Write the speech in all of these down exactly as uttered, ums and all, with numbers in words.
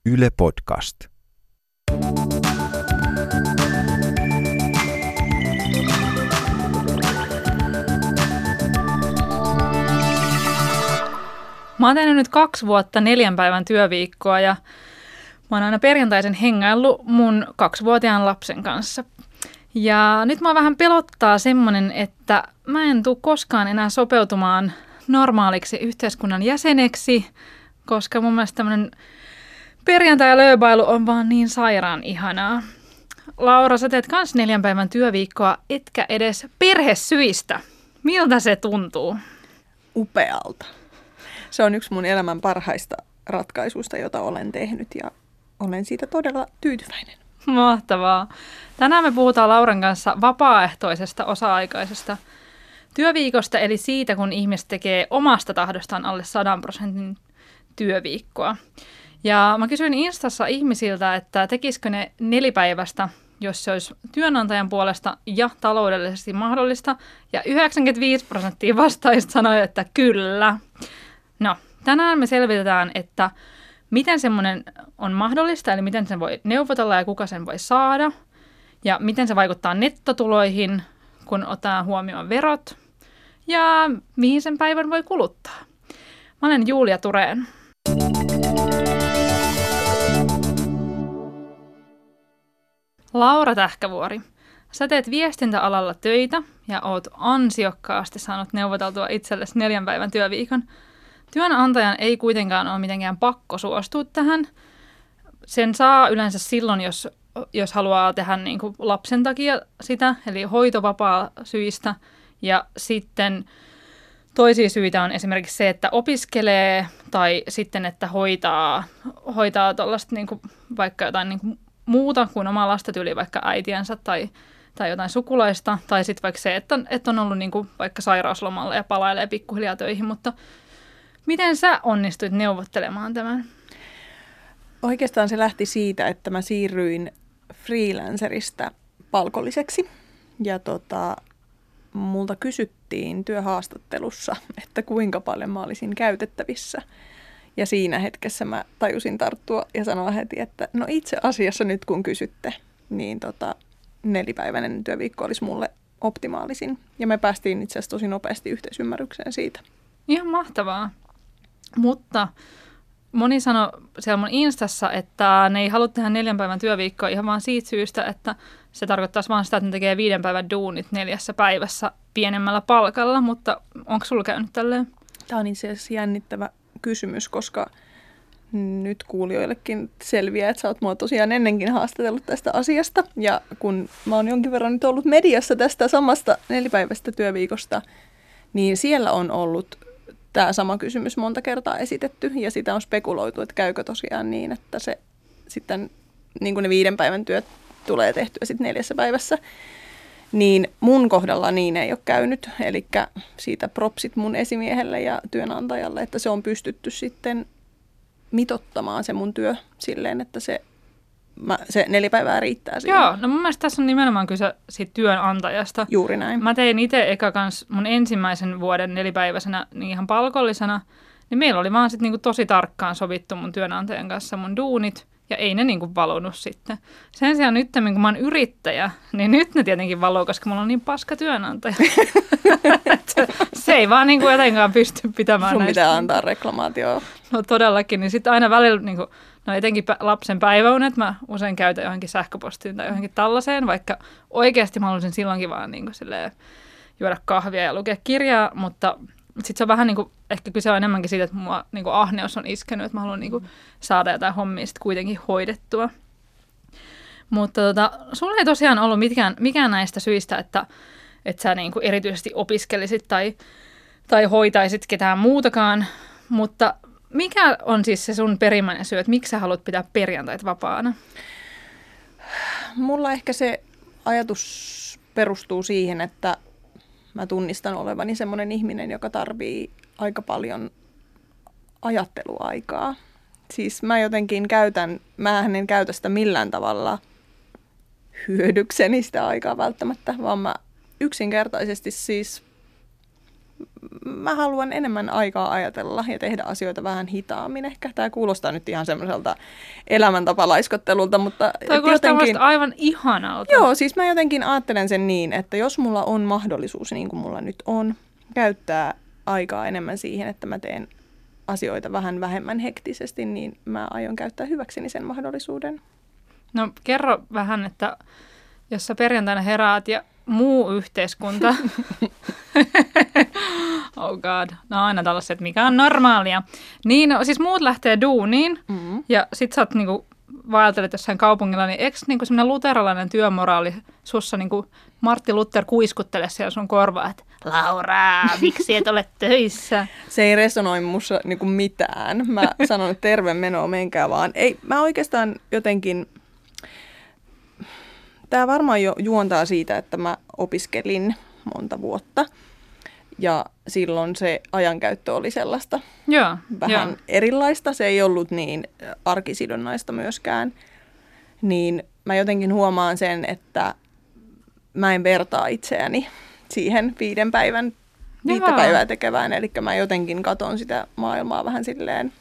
Yle Podcast. Mä oon tehnyt nyt kaksi vuotta neljän päivän työviikkoa ja mä oon aina perjantaisin hengaillut mun kaksivuotiaan lapsen kanssa. Ja nyt mä vähän pelottaa semmonen, että mä en tule koskaan enää sopeutumaan normaaliksi yhteiskunnan jäseneksi, koska mun mielestä tämmönen perjantai- ja lööbailu on vaan niin sairaan ihanaa. Laura, sä teet kans neljän päivän työviikkoa, etkä edes perhesyistä. Miltä se tuntuu? Upealta. Se on yksi mun elämän parhaista ratkaisuista, jota olen tehnyt ja olen siitä todella tyytyväinen. Mahtavaa. Tänään me puhutaan Lauran kanssa vapaaehtoisesta osa-aikaisesta työviikosta, eli siitä, kun ihmiset tekee omasta tahdostaan alle sadan prosentin työviikkoa. Ja mä kysyin Instassa ihmisiltä, että tekisikö ne nelipäivästä, jos se olisi työnantajan puolesta ja taloudellisesti mahdollista, ja yhdeksänkymmentäviisi prosenttia vastaajista sanoi, että kyllä. No, tänään me selvitetään, että miten semmoinen on mahdollista, eli miten sen voi neuvotella ja kuka sen voi saada, ja miten se vaikuttaa nettotuloihin, kun ottaa huomioon verot, ja mihin sen päivän voi kuluttaa. Mä olen Julia Tureen. Laura Tähkävuori, sä teet viestintäalalla töitä ja oot ansiokkaasti saanut neuvoteltua itsellesi neljän päivän työviikon. Työnantajan ei kuitenkaan ole mitenkään pakko suostua tähän. Sen saa yleensä silloin, jos, jos haluaa tehdä niin kuin lapsen takia sitä, eli hoitovapaa syistä. Ja sitten toisia syitä on esimerkiksi se, että opiskelee tai sitten, että hoitaa, hoitaa tuollaista niin kuin vaikka jotain niin kuin muuta kuin omaa lasta, tyyliin vaikka äitiänsä tai, tai jotain sukulaista. Tai sitten vaikka se, että on, että on ollut niin kuin vaikka sairauslomalla ja palailee pikkuhiljaa töihin, mutta miten sä onnistuit neuvottelemaan tämän? Oikeastaan se lähti siitä, että mä siirryin freelancerista palkolliseksi. Ja tota, multa kysyttiin työhaastattelussa, että kuinka paljon mä olisin käytettävissä. Ja siinä hetkessä mä tajusin tarttua ja sanoa heti, että no itse asiassa nyt kun kysytte, niin tota, nelipäiväinen työviikko olisi mulle optimaalisin. Ja me päästiin itse asiassa tosi nopeasti yhteisymmärrykseen siitä. Ihan mahtavaa. Mutta moni sanoi siellä mun Instassa, että ne ei halua tehdä neljän päivän työviikkoa ihan vaan siitä syystä, että se tarkoittaisi vaan sitä, että ne tekee viiden päivän duunit neljässä päivässä pienemmällä palkalla, mutta onko sulla käynyt tälleen? Tämä on itse asiassa jännittävä kysymys, koska nyt kuulijoillekin selviää, että sä oot mua tosiaan ennenkin haastatellut tästä asiasta. Ja kun mä oon jonkin verran nyt ollut mediassa tästä samasta nelipäiväistä työviikosta, niin siellä on ollut tämä sama kysymys monta kertaa esitetty ja sitä on spekuloitu, että käykö tosiaan niin, että se sitten niin kuin ne viiden päivän työt tulee tehtyä sitten neljässä päivässä. Niin mun kohdalla niin ei ole käynyt, eli siitä propsit mun esimiehelle ja työnantajalle, että se on pystytty sitten mitottamaan se mun työ silleen, että se, mä, se neljä päivää riittää siihen. Joo, no mun mielestä tässä on nimenomaan kyse siitä työnantajasta. Juuri näin. Mä tein itse eka kans mun ensimmäisen vuoden nelipäiväisenä niin ihan palkollisena, niin meillä oli vaan sit niinku tosi tarkkaan sovittu mun työnantajan kanssa mun duunit. Ja ei ne niinku valunut sitten. Sen sijaan nyt, kun mä oon yrittäjä, niin nyt ne tietenkin valuu, koska mulla on niin paska työnantaja. Se ei vaan niinku jotenkaan pysty pitämään Sun näistä. pitää antaa reklamaatioa. No todellakin, niin sitten aina välillä, niinku, no etenkin lapsen päiväunet, mä usein käytän johonkin sähköpostiin tai johonkin tällaiseen, vaikka oikeasti mä haluaisin silloinkin vaan niinku silleen juoda kahvia ja lukea kirjaa, mutta sitten se on vähän niin kuin, ehkä kyse on enemmänkin siitä, että mua niin kuin ahneus on iskenyt, että mä haluan niin kuin saada jotain hommia sitten kuitenkin hoidettua. Mutta tota, sulla ei tosiaan ollut mikään, mikään näistä syistä, että, että sä niin kuin erityisesti opiskelisit tai, tai hoitaisit ketään muutakaan, mutta mikä on siis se sun perimmäinen syy, että miksi sä haluat pitää perjantait vapaana? Mulla ehkä se ajatus perustuu siihen, että mä tunnistan olevani semmoinen ihminen, joka tarvii aika paljon ajatteluaikaa. Siis mä jotenkin käytän, mä en käytä sitä millään tavalla hyödykseni sitä aikaa välttämättä, vaan mä yksinkertaisesti siis mä haluan enemmän aikaa ajatella ja tehdä asioita vähän hitaammin. Ehkä tämä kuulostaa nyt ihan semmoiselta elämäntapalaiskottelulta, mutta Toi kuulostaa jotenkin... aivan ihanalta. Joo, siis mä jotenkin ajattelen sen niin, että jos mulla on mahdollisuus, niin kuin mulla nyt on, käyttää aikaa enemmän siihen, että mä teen asioita vähän vähemmän hektisesti, niin mä aion käyttää hyväkseni sen mahdollisuuden. No kerro vähän, että jos sä perjantaina heräät ja muu yhteiskunta, oh god, no aina tällaiset, mikä on normaalia, niin no, siis muut lähtee duuniin mm-hmm. ja sit sä oot niinku, vaeltelet jossain kaupungilla, niin eikö niinku semmoinen luterilainen työmoraali sussa niinku Martti Luther kuiskuttele siellä sun korvaa, että Laura, miksi et ole töissä? Se ei resonoi musta niinku mitään. Mä sanon, että terve menoa, menkää vaan. Ei, mä oikeastaan jotenkin... Tämä varmaan jo juontaa siitä, että mä opiskelin monta vuotta ja silloin se ajankäyttö oli sellaista Joo, vähän jo. erilaista. Se ei ollut niin arkisidonnaista myöskään. Niin mä jotenkin huomaan sen, että mä en vertaa itseäni siihen viiden päivän, viittä Joo. päivää tekevään. Eli mä jotenkin katon sitä maailmaa vähän silleen,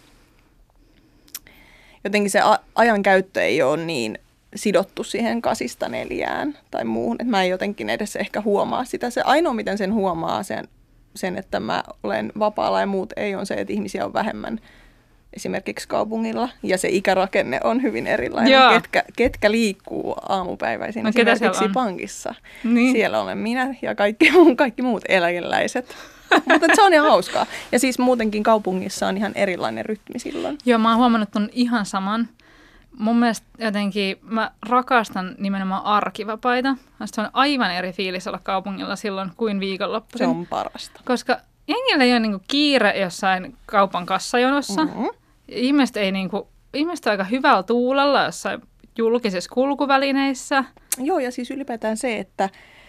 jotenkin se a- ajankäyttö ei ole niin sidottu siihen kasista neljään tai muuhun. Et mä en jotenkin edes ehkä huomaa sitä. Se ainoa, miten sen huomaa, sen, sen, että mä olen vapaalla ja muut ei, on se, että ihmisiä on vähemmän esimerkiksi kaupungilla. Ja se ikärakenne on hyvin erilainen. Ketkä, ketkä liikkuu aamupäiväisin no, esimerkiksi pankissa. Niin. Siellä olen minä ja kaikki, kaikki muut eläkeläiset. Mutta se on ihan hauskaa. Ja siis muutenkin kaupungissa on ihan erilainen rytmi silloin. Joo, mä oon huomannut ton ihan saman. Mun mielestä jotenkin mä rakastan nimenomaan arkivapaita. Se on aivan eri fiilis olla kaupungilla silloin kuin viikonloppuisin. Se on parasta. Koska jengillä ei ole niinku kiire jossain kaupan kassajonossa. Mm-hmm. Ihmiset, ei niinku, ihmiset on aika hyvällä tuulella jossain julkisissa kulkuvälineissä. Joo, ja siis ylipäätään se, että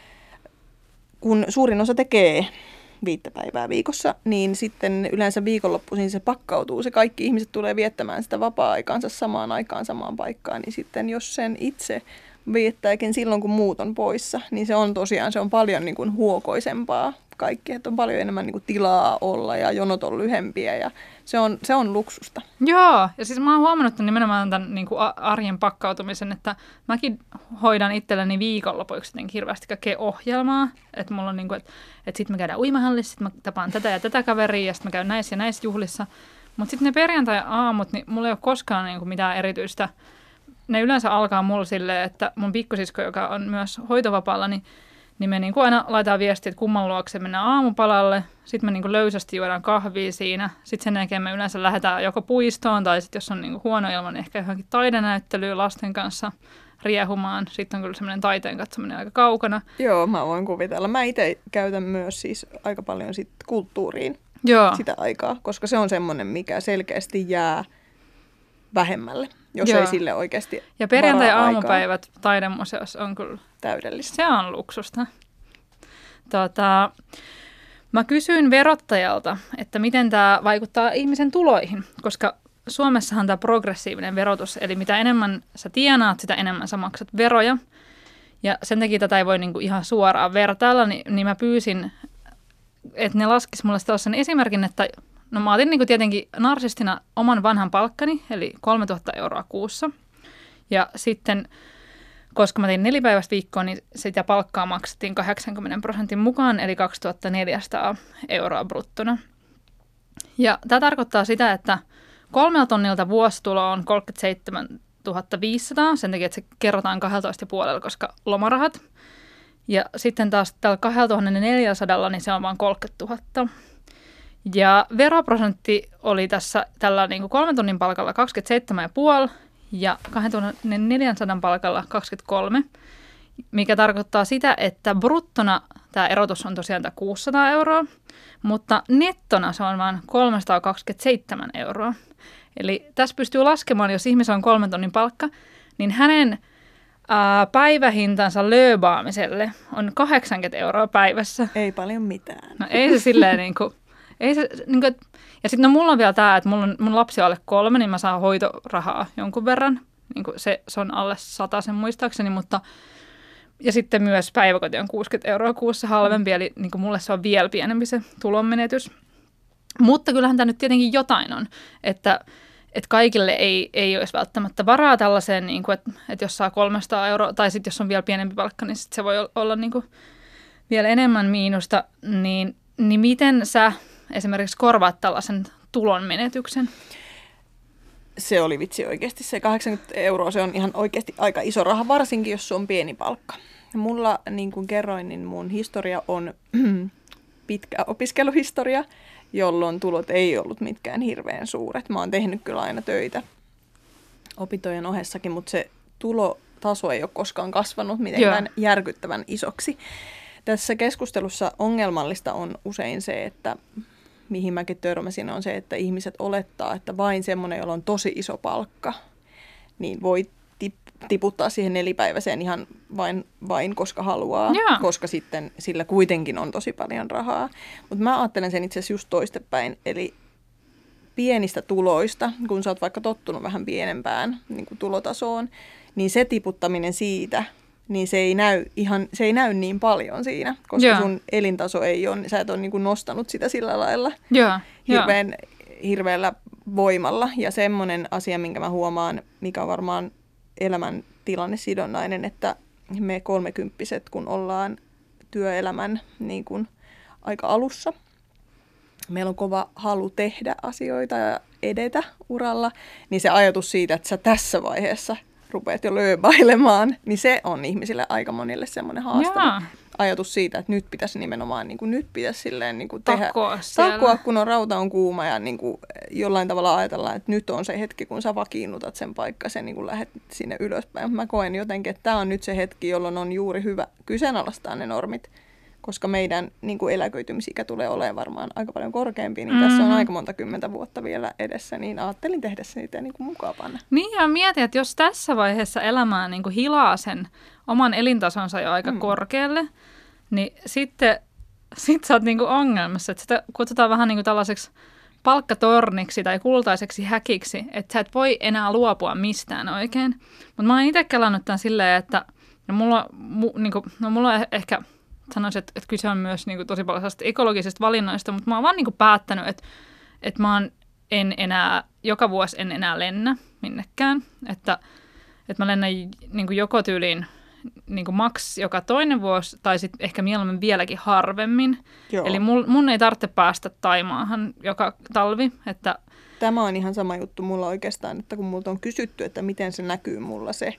kun suurin osa tekee viittä päivää viikossa, niin sitten yleensä viikonloppuisin se pakkautuu. Se kaikki ihmiset tulee viettämään sitä vapaa-aikaansa samaan aikaan samaan paikkaan, niin sitten jos sen itse viettääkin silloin, kun muut on poissa, niin se on tosiaan se on paljon niin kuin huokoisempaa kaikki, että on paljon enemmän niin kuin tilaa olla ja jonot on lyhempiä ja se on, se on luksusta. Joo, ja siis mä oon huomannut tämän nimenomaan tämän niin kuin arjen pakkautumisen, että mäkin hoidan itselleni viikonlopuiksi jotenkin hirveästi kaikkea ohjelmaa, että mulla on niin kuin, että, että sit mä käydään uimahallissa, sit mä tapaan tätä ja tätä kaveria ja sit mä käyn näissä ja näissä juhlissa, mutta sitten ne perjantai-aamut, niin mulla ei ole koskaan niin kuin mitään erityistä. Ne yleensä alkaa mulla silleen, että mun pikkusisko, joka on myös hoitovapaalla, niin niin me niin kuin aina laitetaan viestiä, että kumman luokse mennään aamupalalle. Sitten me niin kuin löysästi juodaan kahvia siinä. Sitten sen jälkeen me yleensä lähdetään joko puistoon tai sitten jos on niin kuin huono ilma, niin ehkä johonkin taidenäyttelyyn lasten kanssa riehumaan. Sitten on kyllä semmoinen taiteen katsominen aika kaukana. Joo, mä voin kuvitella. Mä itse käytän myös siis aika paljon sit kulttuuriin Joo. sitä aikaa, koska se on semmoinen, mikä selkeästi jää vähemmälle, jos Joo. ei sille oikeasti ja perjantai-aamupäivät taidemuseossa on kyllä täydellistä. Se on luksusta. Tota, mä kysyin verottajalta, että miten tämä vaikuttaa ihmisen tuloihin, koska Suomessahan tämä progressiivinen verotus, eli mitä enemmän sä tienaat, sitä enemmän sä maksat veroja. Ja sen takia tätä ei voi niinku ihan suoraan vertailla, niin, niin mä pyysin, että ne laskis mulle sellaisen esimerkin, että no mä otin niinku tietenkin narsistina oman vanhan palkkani, eli kolmetuhatta euroa kuussa. Ja sitten, koska mä tein nelipäiväistä viikkoa, niin sitä palkkaa maksettiin kahdeksankymmentä prosentin mukaan, eli kaksituhattaneljäsataa euroa bruttona. Ja tämä tarkoittaa sitä, että kolmelta tonnilta vuositulo on kolmekymmentäseitsemäntuhatta viisisataa, sen takia, että se kerrotaan kaksitoista pilkku viisi, koska lomarahat. Ja sitten taas tällä kaksituhattaneljäsataa, niin se on vain kolmekymmentätuhatta. Ja veroprosentti oli tässä tällä niin kuin kolmen tonnin palkalla kaksikymmentäseitsemän pilkku viisi ja kaksituhattaneljäsataa palkalla kaksikymmentäkolme, mikä tarkoittaa sitä, että bruttona tämä erotus on tosiaan tämä kuusisataa euroa, mutta nettona se on vain kolmesataakaksikymmentäseitsemän euroa. Eli tässä pystyy laskemaan, jos ihmisellä on kolmen tonnin palkka, niin hänen ää, päivähintansa lööbaamiselle on kahdeksankymmentä euroa päivässä. Ei paljon mitään. No ei se silleen niin kuin... Ei se, niin kuin, ja sitten no, mulla on vielä tämä, että mulla on, mun lapsi on alle kolme, niin mä saan hoitorahaa jonkun verran. Niin kuin se, se on alle sata sen muistaakseni, mutta ja sitten myös päiväkoti on kuusikymmentä euroa kuussa halvempi, mm. eli niin kuin mulle se on vielä pienempi se tulonmenetys. Mutta kyllähän tämä nyt tietenkin jotain on, että, että kaikille ei, ei olisi välttämättä varaa tällaiseen, niin kuin, että, että jos saa kolmesataa euroa, tai sitten jos on vielä pienempi palkka, niin sit se voi olla niin kuin vielä enemmän miinusta, niin, niin miten sä esimerkiksi korvaat tällaisen tulonmenetyksen? Se oli vitsi oikeasti. Se kahdeksankymmentä euroa, se on ihan oikeasti aika iso raha, varsinkin jos se on pieni palkka. Mulla, niin kuin kerroin, niin mun historia on pitkä opiskeluhistoria, jolloin tulot ei ollut mitkään hirveän suuret. Mä oon tehnyt kyllä aina töitä opintojen ohessakin, mutta se tulotaso ei ole koskaan kasvanut mitenkään Joo. järkyttävän isoksi. Tässä keskustelussa ongelmallista on usein se, että mihin mäkin törmäsin, on se, että ihmiset olettaa, että vain semmoinen, jolla on tosi iso palkka, niin voi tiputtaa siihen nelipäiväiseen ihan vain, vain koska haluaa, Jaa. koska sitten sillä kuitenkin on tosi paljon rahaa. Mutta mä ajattelen sen itse asiassa just toistepäin, eli pienistä tuloista, kun sä oot vaikka tottunut vähän pienempään niin kuin tulotasoon, niin se tiputtaminen siitä, niin se ei näy ihan, se ei näy niin paljon siinä, koska Jaa. sun elintaso ei ole, sä et ole niin kuin nostanut sitä sillä lailla Jaa. hirveän, hirveällä voimalla. Ja semmoinen asia, minkä mä huomaan, mikä on varmaan elämäntilanne sidonnainen, että me kolmekymppiset, kun ollaan työelämän niin kuin aika alussa, meillä on kova halu tehdä asioita ja edetä uralla, niin se ajatus siitä, että sä tässä vaiheessa rupeat jo lööbailemaan, niin se on ihmisille aika monille semmoinen haastava Jaa. ajatus siitä, että nyt pitäisi nimenomaan, niin kuin nyt pitäisi silleen niin kuin tehdä, takkoa, kun on rauta on kuuma ja niin kuin jollain tavalla ajatellaan, että nyt on se hetki, kun sä vakiinnutat sen paikka, sen niin kuin lähdet sinne ylöspäin. Mä koen jotenkin, että tämä on nyt se hetki, jolloin on juuri hyvä kyseenalaistaa ne normit, koska meidän niin kuin eläköitymisikä tulee olemaan varmaan aika paljon korkeampi, niin mm-hmm. tässä on aika monta kymmentä vuotta vielä edessä, niin ajattelin tehdä se niitä niin kuin mukaan panna. Niin ja mietin, että jos tässä vaiheessa elämää niin kuin hilaa sen oman elintasonsa jo aika mm. korkealle, niin sitten sit sä oot niin kuin ongelmassa, että sitä kutsutaan vähän niin kuin tällaiseksi palkkatorniksi tai kultaiseksi häkiksi, että sä et voi enää luopua mistään oikein. Mutta mä oon itse kelannut tämän silleen, että no mulla, mu, niin kuin, no mulla on ehkä sanoisin, että, että kyse on myös niin kuin tosi paljon ekologisista valinnoista, mutta mä oon vaan niin kuin päättänyt, että, että mä en enää, joka vuosi en enää lennä minnekään. Että, että mä lennän niin kuin joko tyyliin niin kuin maks joka toinen vuosi, tai sitten ehkä mieluummin vieläkin harvemmin. Joo. Eli mun, mun ei tarvitse päästä Taimaahan joka talvi. Että tämä on ihan sama juttu mulla oikeastaan, että kun multa on kysytty, että miten se näkyy mulla se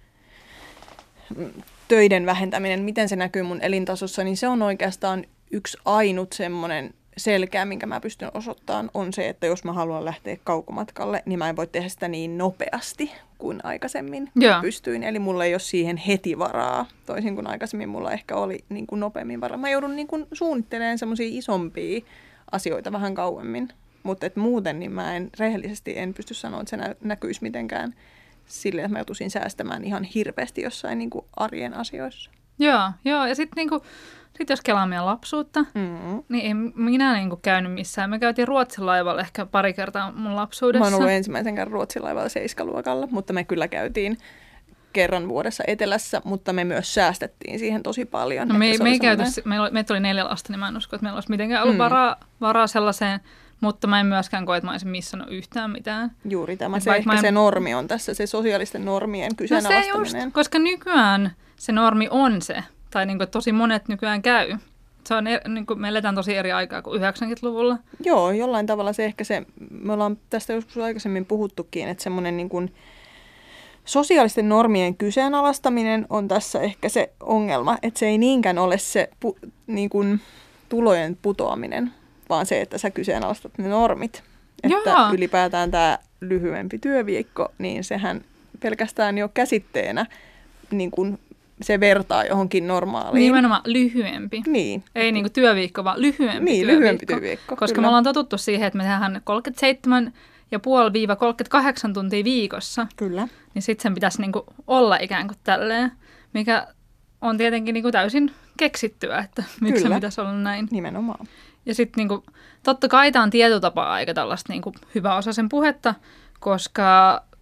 töiden vähentäminen, miten se näkyy mun elintasossa, niin se on oikeastaan yksi ainut semmoinen selkeä, minkä mä pystyn osoittamaan, on se, että jos mä haluan lähteä kaukomatkalle, niin mä en voi tehdä sitä niin nopeasti kuin aikaisemmin Joo. pystyin. Eli mulla ei ole siihen heti varaa, toisin kuin aikaisemmin mulla ehkä oli niin kuin nopeammin varaa. Mä joudun niin kuin suunnittelemaan semmoisia isompia asioita vähän kauemmin, mutta muuten niin mä en rehellisesti en pysty sanoa, että se nä- näkyisi mitenkään silleen, että mä joutuisin säästämään ihan hirveästi jossain niin kuin arjen asioissa. Joo, joo. Ja sitten niinku, sit jos kelaa meidän lapsuutta, mm-hmm. niin ei minä niinku käynyt missään. Me käytiin Ruotsin laivalla ehkä pari kertaa mun lapsuudessa. Mä oon ollut ensimmäisen kerran Ruotsin laivalla seiskaluokalla, mutta me kyllä käytiin kerran vuodessa etelässä, mutta me myös säästettiin siihen tosi paljon. No me, me ei käyty, meillä, meitä oli neljä lasta, niin mä en usko, että meillä olisi mitenkään ollut mm. varaa, varaa sellaiseen. Mutta mä en myöskään koe, että mä olisin missannut yhtään mitään. Juuri tämä. Se ehkä en... se normi on tässä, se sosiaalisten normien kyseenalaistaminen. No se just, koska nykyään se normi on se, tai niin kuin tosi monet nykyään käy. Se on, niin kuin, me eletään tosi eri aikaa kuin yhdeksänkymmentäluvulla. Joo, jollain tavalla se ehkä se, me ollaan tästä joskus aikaisemmin puhuttukin, että semmoinen niin kuin sosiaalisten normien kyseenalaistaminen on tässä ehkä se ongelma, että se ei niinkään ole se pu, niin kuin tulojen putoaminen, vaan se, että sä kyseenalaistat ne normit. Että Jaa. ylipäätään tämä lyhyempi työviikko, niin sehän pelkästään jo käsitteenä niin kun se vertaa johonkin normaaliin. Nimenomaan lyhyempi. Niin. Ei niin kuin työviikko, vaan lyhyempi niin, työviikko. lyhyempi työviikko. Koska kyllä. me ollaan totuttu siihen, että me tehdään kolmekymmentäseitsemän pilkku viisi kolmekymmentäkahdeksan tuntia viikossa. Kyllä. Niin sitten sen pitäisi niin kuin olla ikään kuin tälleen, mikä on tietenkin niin kuin täysin keksittyä, että miksi se pitäisi olla näin. Nimenomaan. Ja sitten niinku, totta kai tämä on tietyllä tapaa aika tällaista niinku hyväosaisen puhetta, koska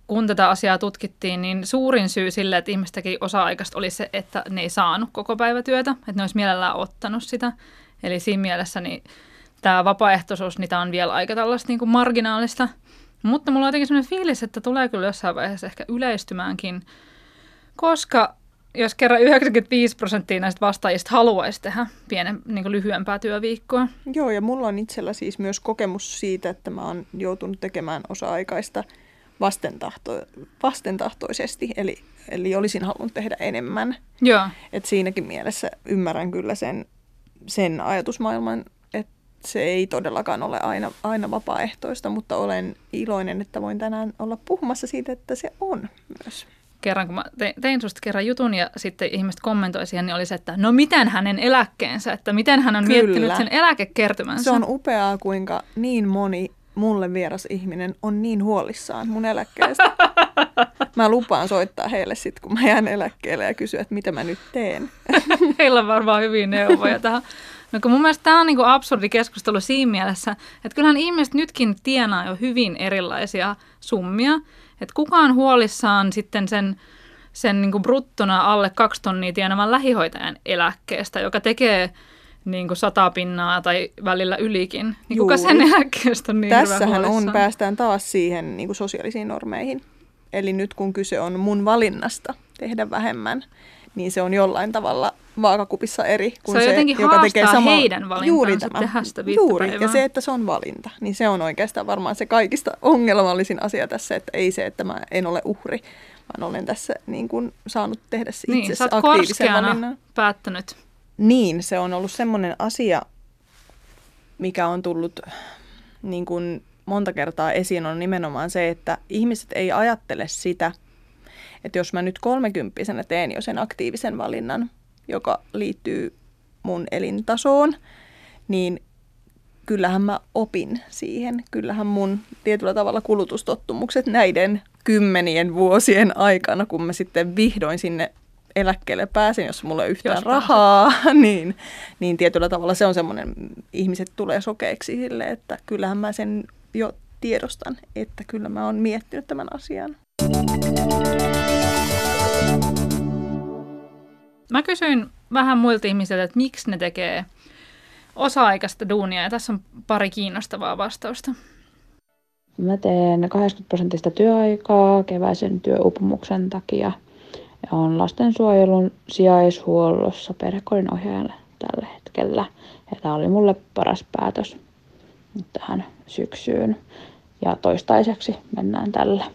kun tätä asiaa tutkittiin, niin suurin syy sille, että ihmiset teki osa-aikaista, oli se, että ne ei saanut koko päivätyötä, että ne olisi mielellään ottanut sitä. Eli siinä mielessä niin tämä vapaaehtoisuus, niitä on vielä aika tällaista niin kuin marginaalista. Mutta mulla on jotenkin sellainen fiilis, että tulee kyllä jossain vaiheessa ehkä yleistymäänkin, koska jos kerran yhdeksänkymmentäviisi prosenttia näistä vastaajista haluaisi tehdä pienen, niin kuin lyhyempää työviikkoa. Joo, ja mulla on itsellä siis myös kokemus siitä, että mä oon joutunut tekemään osa-aikaista vastentahto, vastentahtoisesti, eli, eli olisin halunnut tehdä enemmän. Joo. Et siinäkin mielessä ymmärrän kyllä sen, sen ajatusmaailman, että se ei todellakaan ole aina, aina vapaaehtoista, mutta olen iloinen, että voin tänään olla puhumassa siitä, että se on myös. Kerran, kun mä tein susta kerran jutun ja sitten ihmiset kommentoi siihen, niin oli se, että no miten hänen eläkkeensä, että miten hän on Kyllä. miettinyt sen eläkekertymänsä. Se on upeaa, kuinka niin moni mulle vieras ihminen on niin huolissaan mun eläkkeestä. Mä lupaan soittaa heille sitten, kun mä jään eläkkeelle ja kysyä, että mitä mä nyt teen. Heillä on varmaan hyviä neuvoja tähän. No kun mun mielestä tämä on niinku absurdi keskustelu siinä mielessä, että kyllähän ihmiset nytkin tienaa jo hyvin erilaisia summia. Että kukaan huolissaan sitten sen, sen niinku bruttona alle kaksi tonnia tienavan lähihoitajan eläkkeestä, joka tekee niinku sata pinnaa tai välillä ylikin. Niin kuka sen eläkkeestä on niin Tässähän on, päästään taas siihen niinku sosiaalisiin normeihin. Eli nyt kun kyse on mun valinnasta tehdä vähemmän, niin se on jollain tavalla vaakakupissa eri kuin se, se jotenkin joka tekee samaa. Heidän valintansa tehdä sitä viittä Juuri, päivää. ja se, että se on valinta, niin se on oikeastaan varmaan se kaikista ongelmallisin asia tässä, että ei se, että mä en ole uhri, vaan olen tässä niin kuin saanut tehdä itse niin, aktiivisen valinnan. Päättänyt. Niin, se on ollut semmoinen asia, mikä on tullut niin kuin monta kertaa esiin, on nimenomaan se, että ihmiset ei ajattele sitä, että jos mä nyt kolmekymppisenä teen jo sen aktiivisen valinnan, joka liittyy mun elintasoon, niin kyllähän mä opin siihen. Kyllähän mun tietyllä tavalla kulutustottumukset näiden kymmenien vuosien aikana, kun mä sitten vihdoin sinne eläkkeelle pääsen, jos mulla ei yhtään jos rahaa, niin, niin tietyllä tavalla se on semmoinen, ihmiset tulee sokeiksi sille, että kyllähän mä sen jo tiedostan, että kyllä mä oon miettinyt tämän asian. Mä kysyin vähän muilta ihmisiltä, että miksi ne tekee osa-aikaista duunia, ja tässä on pari kiinnostavaa vastausta. Mä teen kahdeksankymmentä prosenttista työaikaa keväisen työuupumuksen takia ja olen lastensuojelun sijaishuollossa perhekodin ohjaajana tällä hetkellä. Ja tämä oli mulle paras päätös tähän syksyyn ja toistaiseksi mennään tällä.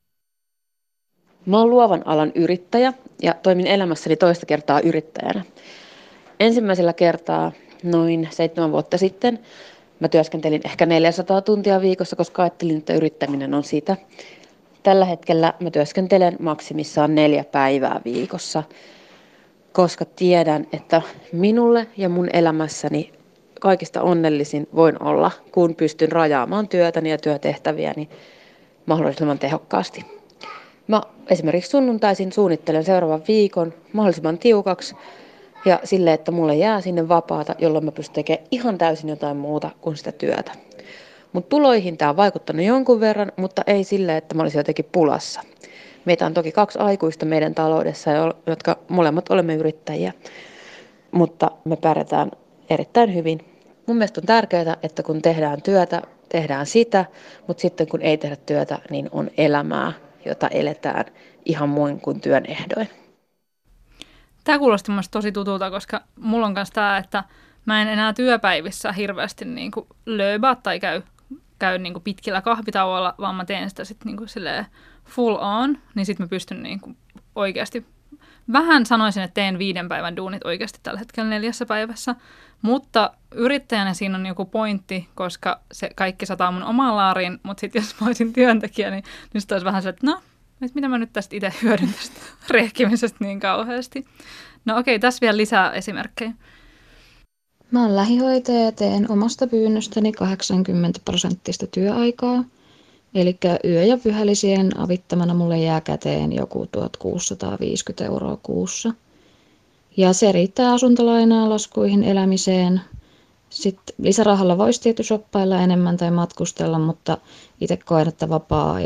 Mä oon luovan alan yrittäjä ja toimin elämässäni toista kertaa yrittäjänä. Ensimmäisellä kertaa noin seitsemän vuotta sitten mä työskentelin ehkä neljäsataa tuntia viikossa, koska ajattelin, että yrittäminen on sitä. Tällä hetkellä mä työskentelen maksimissaan neljä päivää viikossa, koska tiedän, että minulle ja mun elämässäni kaikista onnellisin voin olla, kun pystyn rajaamaan työtäni ja työtehtäviäni mahdollisimman tehokkaasti. Mä esimerkiksi sunnuntaisin suunnittelen seuraavan viikon mahdollisimman tiukaksi ja sille, että mulle jää sinne vapaata, jolloin mä pystyn tekemään ihan täysin jotain muuta kuin sitä työtä. Mun tuloihin tää on vaikuttanut jonkun verran, mutta ei sille, että mä olisin jotenkin pulassa. Meitä on toki kaksi aikuista meidän taloudessa, jotka molemmat olemme yrittäjiä, mutta me pärjätään erittäin hyvin. Mun mielestä on tärkeää, että kun tehdään työtä, tehdään sitä, mutta sitten kun ei tehdä työtä, niin on elämää, jota eletään ihan muin kuin työn ehdoin. Tämä kuulosti minusta tosi tutulta, koska mulla on myös tämä, että mä en enää työpäivissä hirveästi niin kuin lööbaa tai käy, käy niin kuin pitkillä kahvitauoilla, vaan mä teen sitä sitten niin kuin silleen full on, niin sitten mä pystyn niin kuin oikeasti, vähän sanoisin, että teen viiden päivän duunit oikeasti tällä hetkellä neljässä päivässä, mutta yrittäjänä siinä on joku pointti, koska se kaikki sataa mun omaan laariin, mutta sitten jos mä olisin työntekijä, niin, niin sitten olisi vähän se, että no, että mitä mä nyt tästä itse hyödyn tästä rehkimisestä niin kauheasti. No okei, tässä vielä lisää esimerkkejä. Mä oon lähihoitaja ja teen omasta pyynnöstäni kahdeksankymmentä prosenttista työaikaa. Eli yö- ja pyhälisien avittamana mulle jää käteen joku tuhatkuusisataaviisikymmentä euroa kuussa. Ja se riittää asuntolainaa, laskuihin, elämiseen. Sitten lisärahalla voisi tietysti shoppailla enemmän tai matkustella, mutta itse koen, että vapaa-aika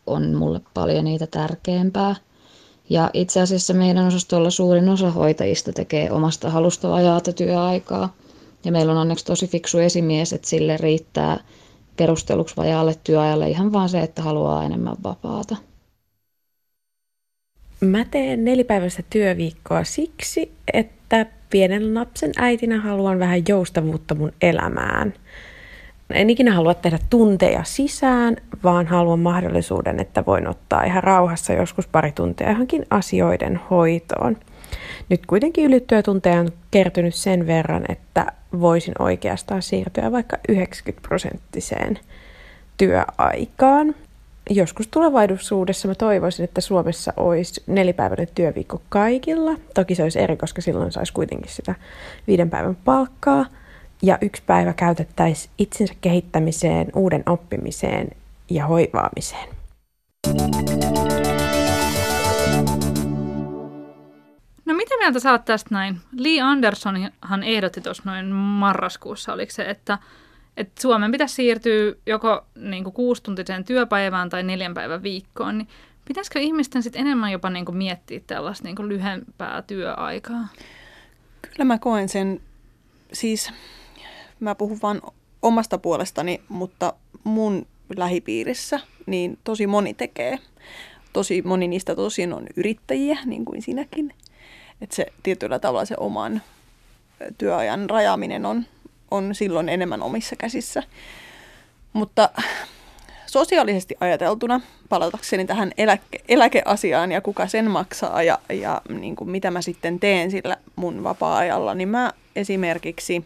on mulle paljon niitä tärkeämpää. Ja itse asiassa meidän osastolla suurin osa hoitajista tekee omasta halusta vajaata työaikaa. Ja meillä on onneksi tosi fiksu esimies, että sille riittää perusteluksi vajaalle työajalle ihan vaan se, että haluaa enemmän vapaata. Mä teen nelipäiväistä työviikkoa siksi, että pienen lapsen äitinä haluan vähän joustavuutta mun elämään. En ikinä halua tehdä tunteja sisään, vaan haluan mahdollisuuden, että voin ottaa ihan rauhassa joskus pari tuntia johonkin asioiden hoitoon. Nyt kuitenkin ylityötunteja on kertynyt sen verran, että voisin oikeastaan siirtyä vaikka yhdeksänkymmentä prosenttiseen työaikaan. Joskus tulevaisuudessa mä toivoisin, että Suomessa olisi nelipäiväinen työviikko kaikilla. Toki se olisi eri, koska silloin saisi kuitenkin sitä viiden päivän palkkaa. Ja yksi päivä käytettäisiin itsensä kehittämiseen, uuden oppimiseen ja hoivaamiseen. No mitä mieltä sä oot tästä näin? Li Anderssonhan ehdotti tuossa noin marraskuussa, oliko se, että, että Suomen pitäisi siirtyä joko niin kuin kuusituntiseen työpäivään tai neljän päivän viikkoon, niin pitäisikö ihmisten sitten enemmän jopa niin kuin miettiä tällaista niin kuin lyhempää työaikaa? Kyllä mä koen sen, siis mä puhun vaan omasta puolestani, mutta mun lähipiirissä niin tosi moni tekee. Tosi moni niistä tosin on yrittäjiä, niin kuin sinäkin. Että se tietyllä tavalla se oman työajan rajaaminen on, on silloin enemmän omissa käsissä. Mutta sosiaalisesti ajateltuna, palatakseni tähän eläke, eläkeasiaan ja kuka sen maksaa ja, ja niin kuin mitä mä sitten teen sillä mun vapaa-ajalla, niin mä esimerkiksi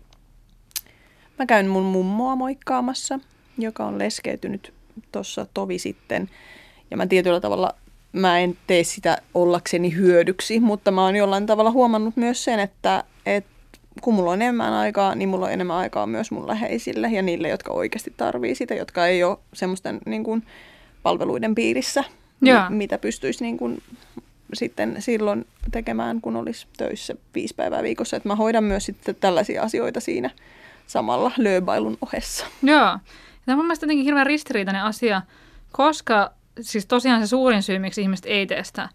mä käyn mun mummoa moikkaamassa, joka on leskeytynyt tuossa tovi sitten. Ja mä tietyllä tavalla, mä en tee sitä ollakseni hyödyksi, mutta mä oon jollain tavalla huomannut myös sen, että, että kun mulla on enemmän aikaa, niin mulla on enemmän aikaa myös mun läheisille ja niille, jotka oikeasti tarvii sitä, jotka ei ole semmoisten niin kuin palveluiden piirissä, Jaa. mitä pystyisi niin kuin sitten silloin tekemään, kun olisi töissä viisi päivää viikossa. Että mä hoidan myös sitten tällaisia asioita siinä samalla lööbailun ohessa. Joo. Tämä on mun mielestä jotenkin hirveän ristiriitainen asia, koska siis tosiaan se suurin syy, miksi ihmiset ei tee sitä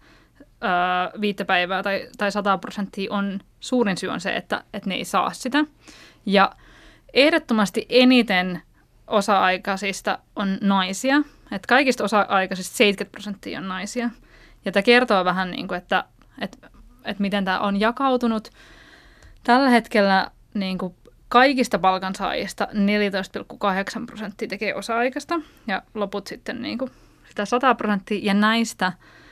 öö, viittä päivää tai, tai sata prosenttia on, suurin syy on se, että, että ne ei saa sitä. Ja ehdottomasti eniten osa-aikaisista on naisia. Että kaikista osa-aikaisista seitsemänkymmentä prosenttia on naisia. Ja tämä kertoo vähän, niin kuin, että, että, että miten tämä on jakautunut. Tällä hetkellä niin kuin kaikista palkansaajista neljätoista pilkku kahdeksan prosenttia tekee osa-aikaista ja loput sitten niin kuin sitä sata prosenttia. Ja näistä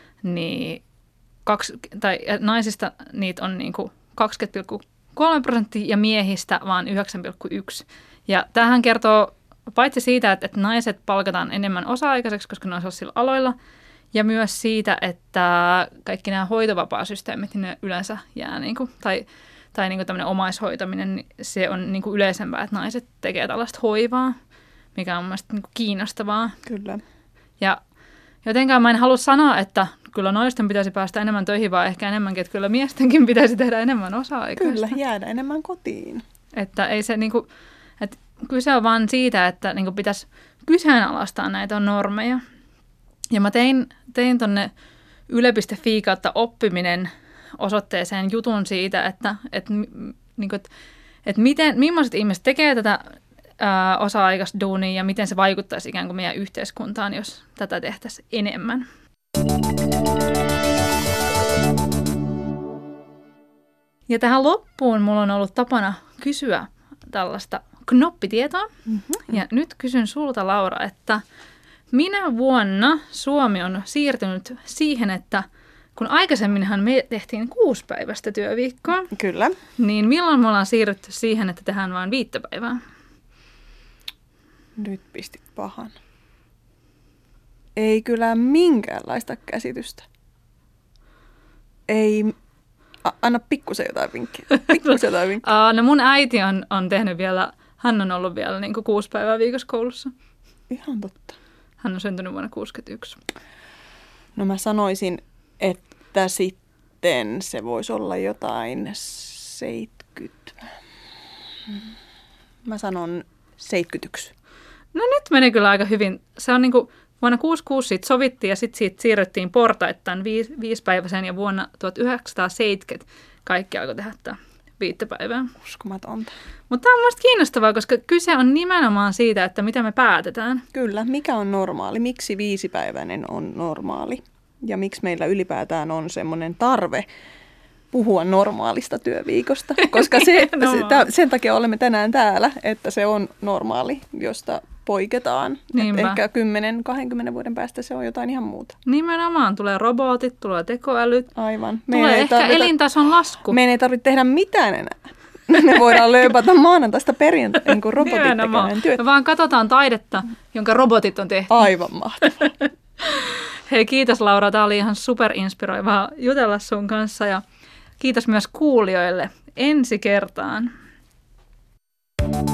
niin kaksi, tai naisista niitä on niin kuin kaksikymmentä pilkku kolme prosenttia ja miehistä vaan yhdeksän pilkku yksi. Ja tämähän kertoo paitsi siitä, että, että naiset palkataan enemmän osa-aikaiseksi, koska ne on sellaisilla aloilla, ja myös siitä, että kaikki nämä hoitovapaasysteemit, niin ne yleensä jää, niin kuin, tai, tai niin kuin tämmöinen omaishoitaminen, niin se on niin kuin yleisempää, että naiset tekee tällaista hoivaa, mikä on mielestäni niin kuin kiinnostavaa. Kyllä. Ja jotenkaan mä en halua sanoa, että kyllä naisten pitäisi päästä enemmän töihin, vaan ehkä enemmänkin, että kyllä miestenkin pitäisi tehdä enemmän osa-aikaista. Kyllä, jäädä enemmän kotiin. Että ei se niin kuin, että kyse on vaan siitä, että niin kuin pitäisi kyseenalaistaa näitä normeja. Ja mä tein, tein tonne yle piste fi kautta oppiminen osoitteeseen jutun siitä, että, että, niin kuin, että, että miten, millaiset ihmiset tekee tätä ää, osa-aikaista duunia ja miten se vaikuttaisi ikään kuin meidän yhteiskuntaan, jos tätä tehtäisiin enemmän. Ja tähän loppuun mulla on ollut tapana kysyä tällaista knoppitietoa. Mm-hmm. Ja nyt kysyn sulta, Laura, että minä vuonna Suomi on siirtynyt siihen, että kun aikaisemminhan me tehtiin kuusipäiväistä työviikkoa, Kyllä. niin milloin me ollaan siirrytty siihen, että tehdään vain viittä päivää? Nyt pistit pahan. Ei kyllä minkäänlaista käsitystä. Ei, A, anna pikkusen jotain vinkkiä. Pikkusen jotain vinkkiä. uh, no mun äiti on, on tehnyt vielä, hän on ollut vielä niin kuin kuusi päivää viikossa koulussa. Ihan totta. Hän on syntynyt vuonna kuusikymmentäyksi. No mä sanoisin, että sitten se voisi olla jotain seitsemänkymmentä. Mä sanon seitsemänkymmentäyksi. No nyt meni kyllä aika hyvin. Se on niin kuin Vuonna kuusikymmentäkuusi siitä sovittiin ja sitten siitä siirryttiin portaittain viis, viisipäiväiseen ja vuonna tuhatyhdeksänsataaseitsemänkymmentä kaikki alkoi tehdä tämä viittä päivää. Uskomatonta. Mutta tämä on mielestäni kiinnostavaa, koska kyse on nimenomaan siitä, että mitä me päätetään. Kyllä, mikä on normaali? Miksi viisipäiväinen on normaali? Ja miksi meillä ylipäätään on semmoinen tarve puhua normaalista työviikosta? Koska se, se, tä, sen takia olemme tänään täällä, että se on normaali, josta poiketaan. Ehkä kymmenen kaksikymmentä vuoden päästä se on jotain ihan muuta. Nimenomaan. Tulee robotit, tulee tekoälyt. Aivan. Meidän tulee ehkä tarvita, elintason lasku. Meidän ei tarvitse tehdä mitään enää. Me voidaan lööpätä maanantaista perjantain, kun robotit tekevät työt. Me vaan katsotaan taidetta, jonka robotit on tehty. Aivan mahtavaa. Hei, kiitos Laura. Tämä oli ihan superinspiroivaa jutella sun kanssa ja kiitos myös kuulijoille. Ensi kertaan.